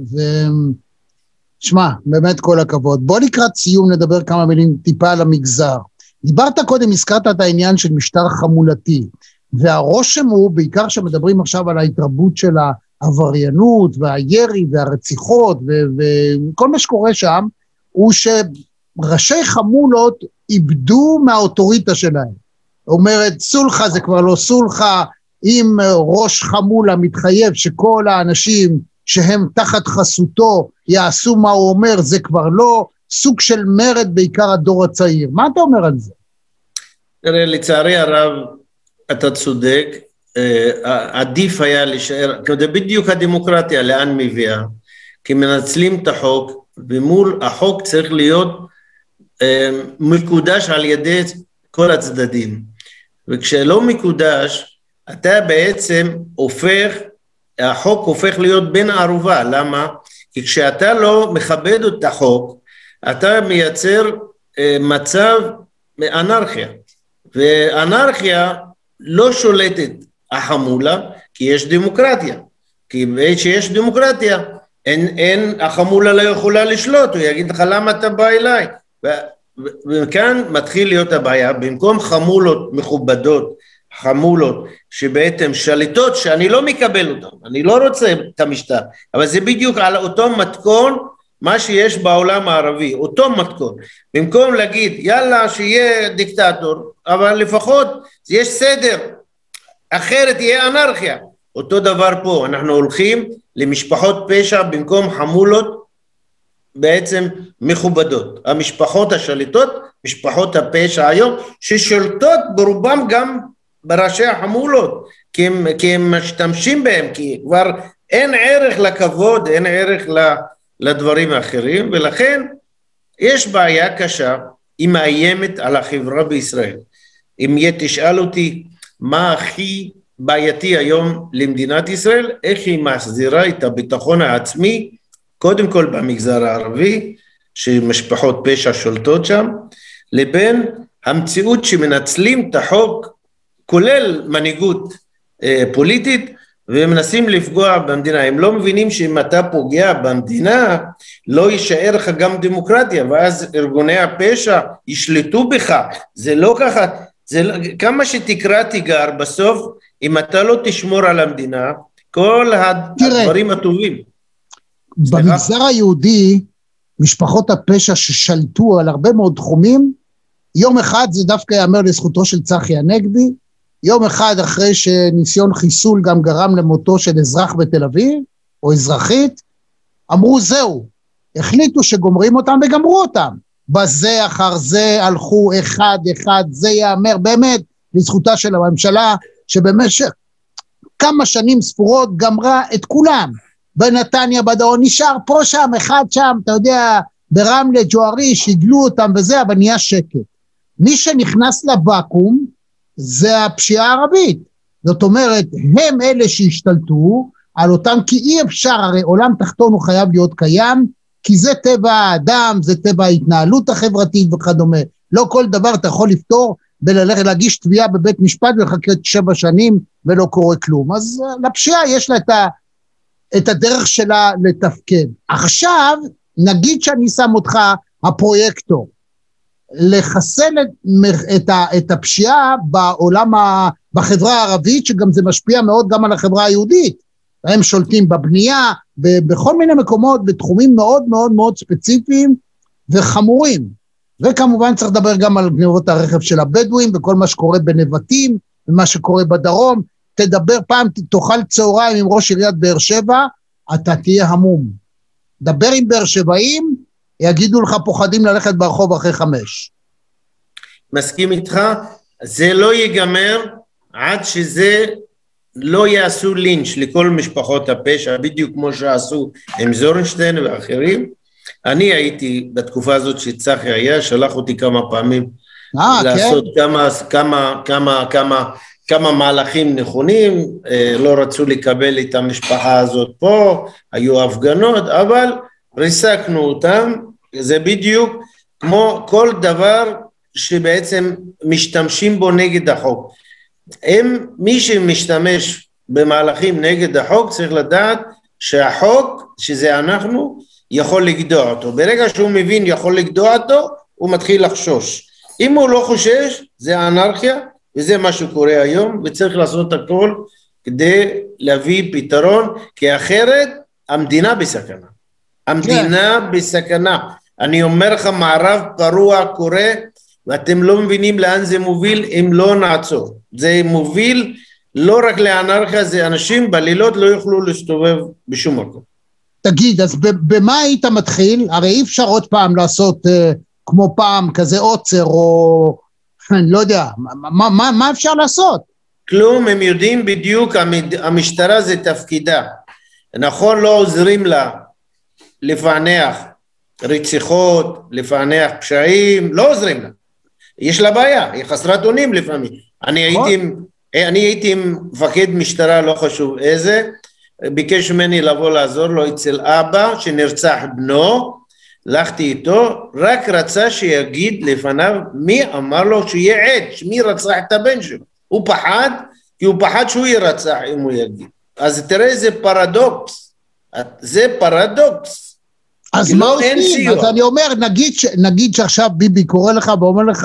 ושמע, באמת כל הכבוד. בוא לקראת סיום נדבר כמה מילים טיפה על המגזר. דיברת קודם, הזכרת את העניין של משטר חמולתי, והרושם הוא, בעיקר שמדברים עכשיו על ההתרבות של העבריינות, והירי, והרציחות, וכל מה שקורה שם, הוא שראשי חמולות איבדו מהאוטוריטה שלהם. אומרת, סולחה זה כבר לא סולחה, אם ראש חמולה מתחייב שכל האנשים שהם תחת חסותו יעשו מה הוא אומר, זה כבר לא סוג של מרד בעיקר הדור הצעיר. מה אתה אומר על זה? תראה, לצערי הרב, אתה צודק, עדיף היה להישאר, כדי בדיוק הדמוקרטיה לאן מביאה, כי מנצלים את החוק, ומול החוק צריך להיות מקודש על ידי כל הצדדים, וכשלא מקודש, אתה בעצם הופך, החוק הופך להיות בן ערובה, למה? כי כשאתה לא מכבד את החוק, אתה מייצר מצב אנרכיה, ואנרכיה לא שולטת החמולה, כי יש דמוקרטיה. כי בעת שיש דמוקרטיה, אין, אין, החמולה לא יכולה לשלוט, הוא יגיד לך למה אתה בא אליי. וכאן מתחיל להיות הבעיה, במקום חמולות מכובדות, חמולות שבעצם שליטות שאני לא מקבל אותן, אני לא רוצה את המשטר, אבל זה בדיוק על אותו מתכון, מה שיש בעולם הערבי, אותו מתכון. במקום להגיד יאללה שיהיה דיקטטור, אבל לפחות יש סדר, אחרת יהיה אנרכיה. אותו דבר פה, אנחנו הולכים למשפחות פשע במקום חמולות בעצם מכובדות. המשפחות השליטות, משפחות הפשע היום, ששולטות ברובם גם בראשי החמולות, כי הם, כי הם משתמשים בהם, כי כבר אין ערך לכבוד, אין ערך לדברים האחרים, ולכן יש בעיה קשה, היא מאיימת על החברה בישראל. אם יהיה תשאל אותי מה הכי בעייתי היום למדינת ישראל, איך היא מחזירה את הביטחון העצמי, קודם כל במגזר הערבי, שמשפחות פשע שולטות שם, לבין המציאות שמנצלים את החוק, כולל מנהיגות אה, פוליטית, ומנסים לפגוע במדינה. הם לא מבינים שאם אתה פוגע במדינה, לא יישאר לך גם דמוקרטיה, ואז ארגוני הפשע ישלטו בך. זה לא ככה, זה לא, כמה שתקרא תיגר, בסוף, אם אתה לא תשמור על המדינה, כל הדברים תראה, הטובים. במגזר היהודי, משפחות הפשע ששלטו על הרבה מאוד תחומים, יום אחד זה דווקא יאמר לזכותו של צחי הנגבי, יום אחד אחרי שניסיון חיסול גם גרם למותו של אזרח בתל אביב, או אזרחית, אמרו זהו, החליטו שגומרים אותם וגמרו אותם. בזה אחר זה הלכו אחד אחד, זה יאמר באמת לזכותה של הממשלה, שבמשך כמה שנים ספורות גמרה את כולם. בנתניה, בדרום, נשאר פה שם, אחד שם, אתה יודע, ברמלה, ג'וארי, שיגלו אותם וזה, אבל נהיה שקט. מי שנכנס לבקום, זה הפשיעה הערבית. זאת אומרת, הם אלה שהשתלטו על אותם, כי אי אפשר, הרי עולם תחתון הוא חייב להיות קיים, כי זה טבע האדם, זה טבע ההתנהלות החברתית וכדומה. לא כל דבר אתה יכול לפתור, וללכת להגיש תביעה בבית משפט, ולחכה שבע שנים, ולא קורה כלום. אז לפשיעה יש לה את ה... את הדרך שלה לתפקד. עכשיו, נגיד שאני שם אותך הפרויקטור, לחסל את, את, ה, את הפשיעה בעולם, ה, בחברה הערבית, שגם זה משפיע מאוד גם על החברה היהודית. הם שולטים בבנייה, ב, בכל מיני מקומות, בתחומים מאוד מאוד מאוד ספציפיים וחמורים. וכמובן צריך לדבר גם על גנבות הרכב של הבדואים, וכל מה שקורה בנבטים, ומה שקורה בדרום, תדבר פעם, תאכל צהריים עם ראש עיריית באר שבע, אתה תהיה המום. דבר עם באר שבעים, יגידו לך פוחדים ללכת ברחוב אחרי חמש. מסכים איתך, זה לא ייגמר עד שזה לא יעשו לינץ' לכל משפחות הפשע, בדיוק כמו שעשו עם זורנשטיין ואחרים. אני הייתי בתקופה הזאת שצחי היה, שלח אותי כמה פעמים 아, לעשות כן? כמה, כמה, כמה, כמה, כמה מהלכים נכונים, לא רצו לקבל את המשפחה הזאת פה, היו הפגנות, אבל ריסקנו אותם, זה בדיוק כמו כל דבר שבעצם משתמשים בו נגד החוק. הם, מי שמשתמש במהלכים נגד החוק, צריך לדעת שהחוק, שזה אנחנו, יכול לגדוע אותו. ברגע שהוא מבין יכול לגדוע אותו, הוא מתחיל לחשוש. אם הוא לא חושש, זה האנרכיה, וזה מה שקורה היום, וצריך לעשות הכל כדי להביא פתרון, כי אחרת המדינה בסכנה. המדינה כן. בסכנה. אני אומר לך, מערב פרוע קורה, ואתם לא מבינים לאן זה מוביל, אם לא נעצור. זה מוביל לא רק לאנרכיה, זה אנשים בלילות לא יוכלו להסתובב בשום מקום. תגיד, אז במה היית מתחיל? הרי אי אפשר עוד פעם לעשות אה, כמו פעם כזה עוצר, או אני לא יודע, מה, מה, מה אפשר לעשות? כלום, הם יודעים בדיוק, המשטרה זה תפקידה. נכון, לא עוזרים לה לפענח רציחות, לפענח פשעים, לא עוזרים לה. יש לה בעיה, היא חסרת אונים לפעמים. אני הייתי, אני הייתי עם מפקד משטרה, לא חשוב איזה, ביקש ממני לבוא לעזור לו אצל אבא שנרצח בנו, הלכתי איתו, רק רצה שיגיד לפניו מי אמר לו שיהיה עד, מי רצח את הבן שלו. הוא פחד, כי הוא פחד שהוא ירצח אם הוא יגיד. אז תראה, זה פרדוקס, זה פרדוקס. אז מה עושים? אז אני אומר, נגיד, נגיד שעכשיו ביבי קורא לך ואומר לך,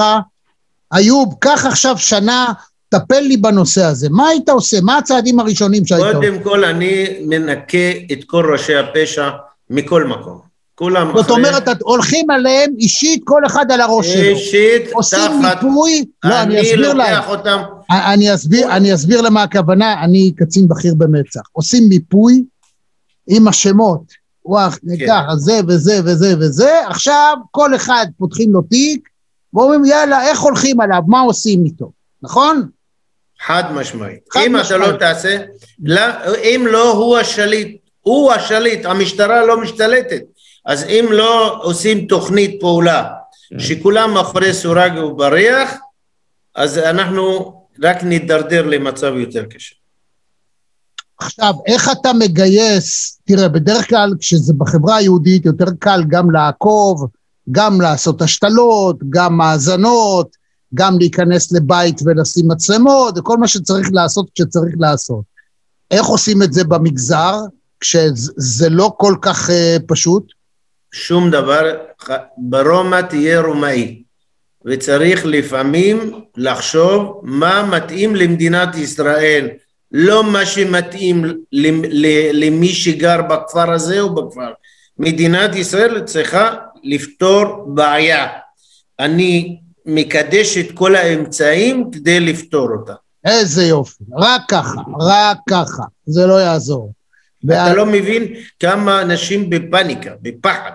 איוב, קח עכשיו שנה, טפל לי בנושא הזה. מה היית עושה? מה הצעדים הראשונים שהיית עושה? קודם כל אני מנקה את כל ראשי הפשע מכל מקום. כולם זאת אומרת, הולכים עליהם אישית, כל אחד על הראש שלו. אישית, עושים מיפוי, לא, אני אסביר להם. אותם. אני אסביר, אני אסביר למה הכוונה, אני קצין בכיר במצ"ח. עושים מיפוי עם השמות. וואח, ניקח, זה וזה וזה וזה, עכשיו כל אחד פותחים לו תיק, ואומרים יאללה, איך הולכים עליו, מה עושים איתו, נכון? חד משמעית. אם אתה לא תעשה, אם לא הוא השליט, הוא השליט, המשטרה לא משתלטת, אז אם לא עושים תוכנית פעולה, שכולם מאחורי סורג ובריח, אז אנחנו רק נדרדר למצב יותר קשה. עכשיו, איך אתה מגייס, תראה, בדרך כלל כשזה בחברה היהודית יותר קל גם לעקוב, גם לעשות השתלות, גם מאזנות, גם להיכנס לבית ולשים מצלמות, וכל מה שצריך לעשות כשצריך לעשות. איך עושים את זה במגזר, כשזה לא כל כך uh, פשוט? שום דבר, ברומא תהיה רומאי, וצריך לפעמים לחשוב מה מתאים למדינת ישראל, לא מה שמתאים למי שגר בכפר הזה או בכפר. מדינת ישראל צריכה לפתור בעיה. אני מקדש את כל האמצעים כדי לפתור אותה. איזה יופי, רק ככה, רק ככה, זה לא יעזור. אתה לא מבין כמה אנשים בפניקה, בפחד.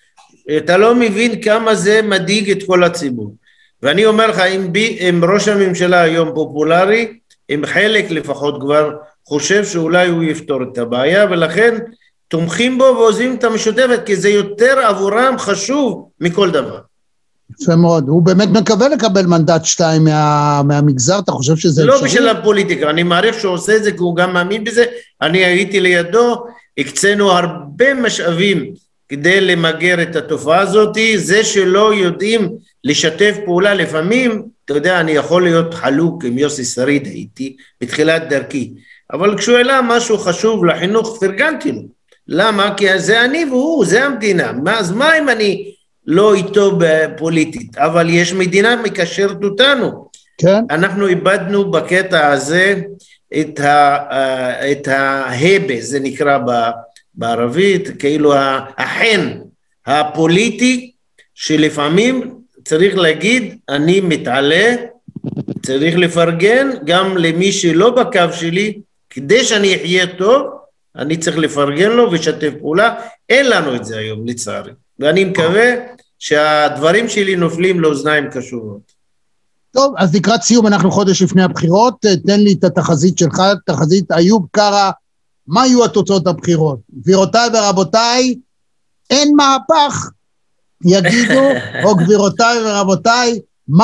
אתה לא מבין כמה זה מדאיג את כל הציבור. ואני אומר לך, אם, בי, אם ראש הממשלה היום פופולרי, אם חלק לפחות כבר חושב שאולי הוא יפתור את הבעיה, ולכן תומכים בו ועוזבים את המשותפת, כי זה יותר עבורם חשוב מכל דבר. יפה מאוד, הוא באמת מקווה לקבל מנדט שתיים מה, מהמגזר, אתה חושב שזה לא אפשרי? בשביל הפוליטיקה, אני מעריך שהוא עושה את זה, כי הוא גם מאמין בזה, אני הייתי לידו, הקצינו הרבה משאבים, כדי למגר את התופעה הזאת, זה שלא יודעים לשתף פעולה לפעמים, אתה יודע, אני יכול להיות חלוק עם יוסי שריד הייתי, בתחילת דרכי, אבל כשהוא העלה משהו חשוב לחינוך, פרגנתי לו. למה? כי זה אני והוא, זה המדינה. אז מה אם אני לא איתו בפוליטית? אבל יש מדינה מקשרת אותנו. כן. אנחנו איבדנו בקטע הזה את, ה, את ההבה, זה נקרא בערבית, כאילו החן הפוליטי, שלפעמים צריך להגיד, אני מתעלה, צריך לפרגן גם למי שלא בקו שלי, כדי שאני אחיה טוב, אני צריך לפרגן לו ושתף פעולה, אין לנו את זה היום לצערי, ואני מקווה שהדברים שלי נופלים לאוזניים קשובות. טוב, אז לקראת סיום, אנחנו חודש לפני הבחירות, תן לי את התחזית שלך, תחזית איוב קרא, מה יהיו התוצאות הבחירות? גבירותיי ורבותיי, אין מהפך, יגידו, או גבירותיי ורבותיי,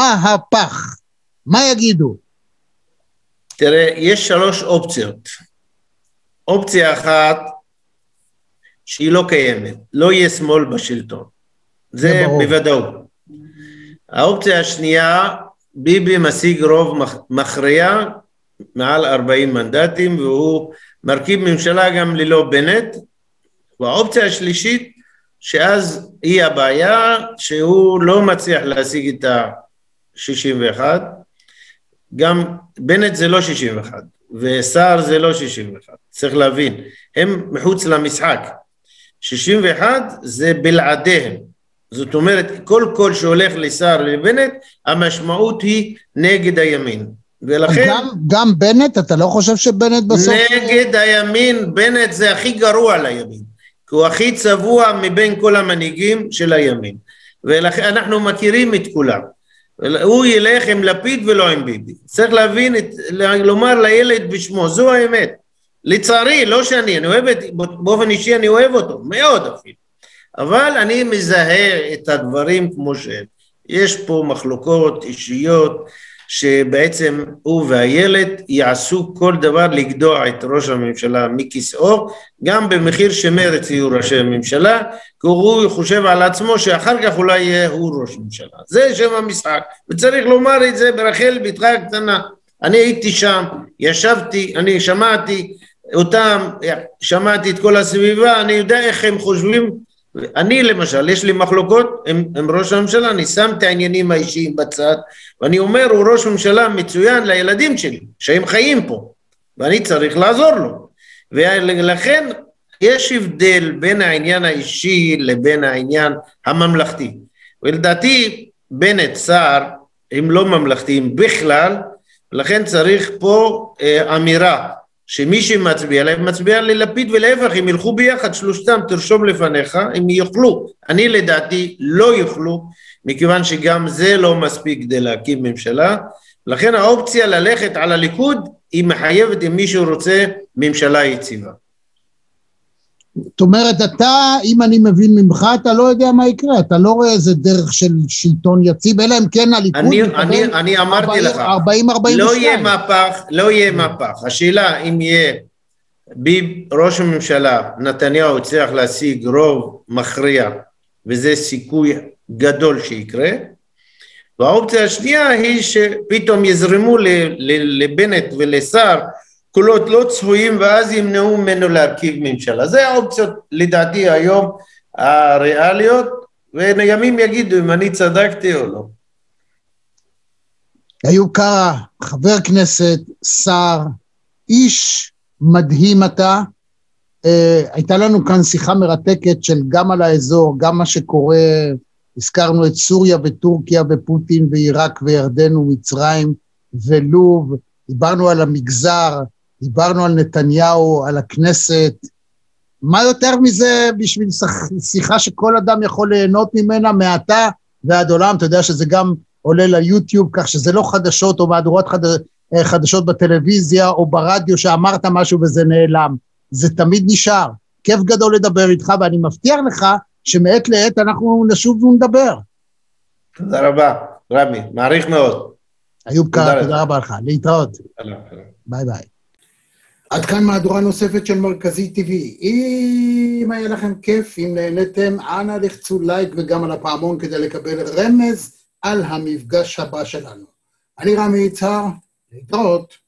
מהפך, מה יגידו? תראה, יש שלוש אופציות. אופציה אחת, שהיא לא קיימת, לא יהיה שמאל בשלטון. זה בוודאות. האופציה השנייה, ביבי משיג רוב מכריע, מעל ארבעים מנדטים, והוא מרכיב ממשלה גם ללא בנט. והאופציה השלישית, שאז היא הבעיה, שהוא לא מצליח להשיג את ה-שישים ואחת, גם בנט זה לא שישים ואחת, ושר זה לא שישים ואחת, צריך להבין, הם מחוץ למשחק. שישים ואחת זה בלעדיהם, זאת אומרת, כל קול שהולך לשר לבנט, המשמעות היא נגד הימין. ולכן... גם, גם בנט, אתה לא חושב שבנט בסוף... נגד הימין, בנט זה הכי גרוע לימין, כי הוא הכי צבוע מבין כל המנהיגים של הימין. ולכן אנחנו מכירים את כולם. הוא ילך עם לפיד ולא עם ביבי. צריך להבין, את, לומר לילד בשמו, זו האמת. לצערי, לא שאני, אני אוהב את, באופן אישי אני אוהב אותו, מאוד אפילו. אבל אני מזהה את הדברים כמו שהם. יש פה מחלוקות אישיות שבעצם הוא והילד יעשו כל דבר לגדוע את ראש הממשלה מכיסאו, גם במחיר שמרץ יהיו ראשי הממשלה, כי הוא חושב על עצמו שאחר כך אולי יהיה הוא ראש ממשלה. זה שם המשחק, וצריך לומר את זה ברחל בתך הקטנה. אני הייתי שם, ישבתי, אני שמעתי אותם, שמעתי את כל הסביבה, אני יודע איך הם חושבים. אני למשל, יש לי מחלוקות עם, עם ראש הממשלה, אני שם את העניינים האישיים בצד, ואני אומר, הוא ראש ממשלה מצוין לילדים שלי, שהם חיים פה, ואני צריך לעזור לו. ולכן יש הבדל בין העניין האישי לבין העניין הממלכתי. ולדעתי, בנט, סער, הם לא ממלכתיים בכלל, לכן צריך פה אה, אמירה, שמי שמצביע להם מצביע ללפיד ולהפך, הם ילכו ביחד שלושתם, תרשום לפניך, הם יוכלו. אני לדעתי לא יוכלו, מכיוון שגם זה לא מספיק כדי להקים ממשלה, לכן האופציה ללכת על הליכוד היא מחייבת אם מישהו רוצה ממשלה יציבה. זאת אומרת, אתה, אם אני מבין ממך, אתה לא יודע מה יקרה, אתה לא רואה איזה דרך של שלטון יציב, אלא אם כן הליכוד... אני, אני, אני אמרתי לך, ארבעים ארבעים ושתיים. לא יהיה מהפך, לא יהיה מהפך. השאלה אם יהיה ראש הממשלה, נתניהו הצליח להשיג רוב מכריע, וזה סיכוי גדול שיקרה, והאופציה השנייה היא שפתאום יזרמו לבנט ולשר, קולות לא צפויים, ואז ימנעו ממנו להרכיב ממשלה. זה האופציות לדעתי היום הריאליות, וימים יגידו אם אני צדקתי או לא. איוב קרא, חבר כנסת, שר, איש מדהים אתה, אה, הייתה לנו כאן שיחה מרתקת של גם על האזור, גם מה שקורה, הזכרנו את סוריה וטורקיה ופוטין ועיראק וירדן ומצרים ולוב, דיברנו על המגזר, דיברנו על נתניהו, על הכנסת, מה יותר מזה בשביל שיחה שכל אדם יכול ליהנות ממנה מעתה ועד עולם, אתה יודע שזה גם עולה ליוטיוב, כך שזה לא חדשות או מהדורות חד... חדשות בטלוויזיה או ברדיו שאמרת משהו וזה נעלם, זה תמיד נשאר, כיף גדול לדבר איתך, ואני מבטיח לך שמעת לעת אנחנו נשוב ונדבר. תודה רבה, רמי, מעריך מאוד. איוב קרא, תודה רבה לך, להתראות. ביי ביי. עד כאן מהדורה נוספת של מרכזי טבעי. אם היה לכם כיף, אם נהנתם, אנא לחצו לייק וגם על הפעמון כדי לקבל רמז על המפגש הבא שלנו. אני רמי יצהר, להתראות.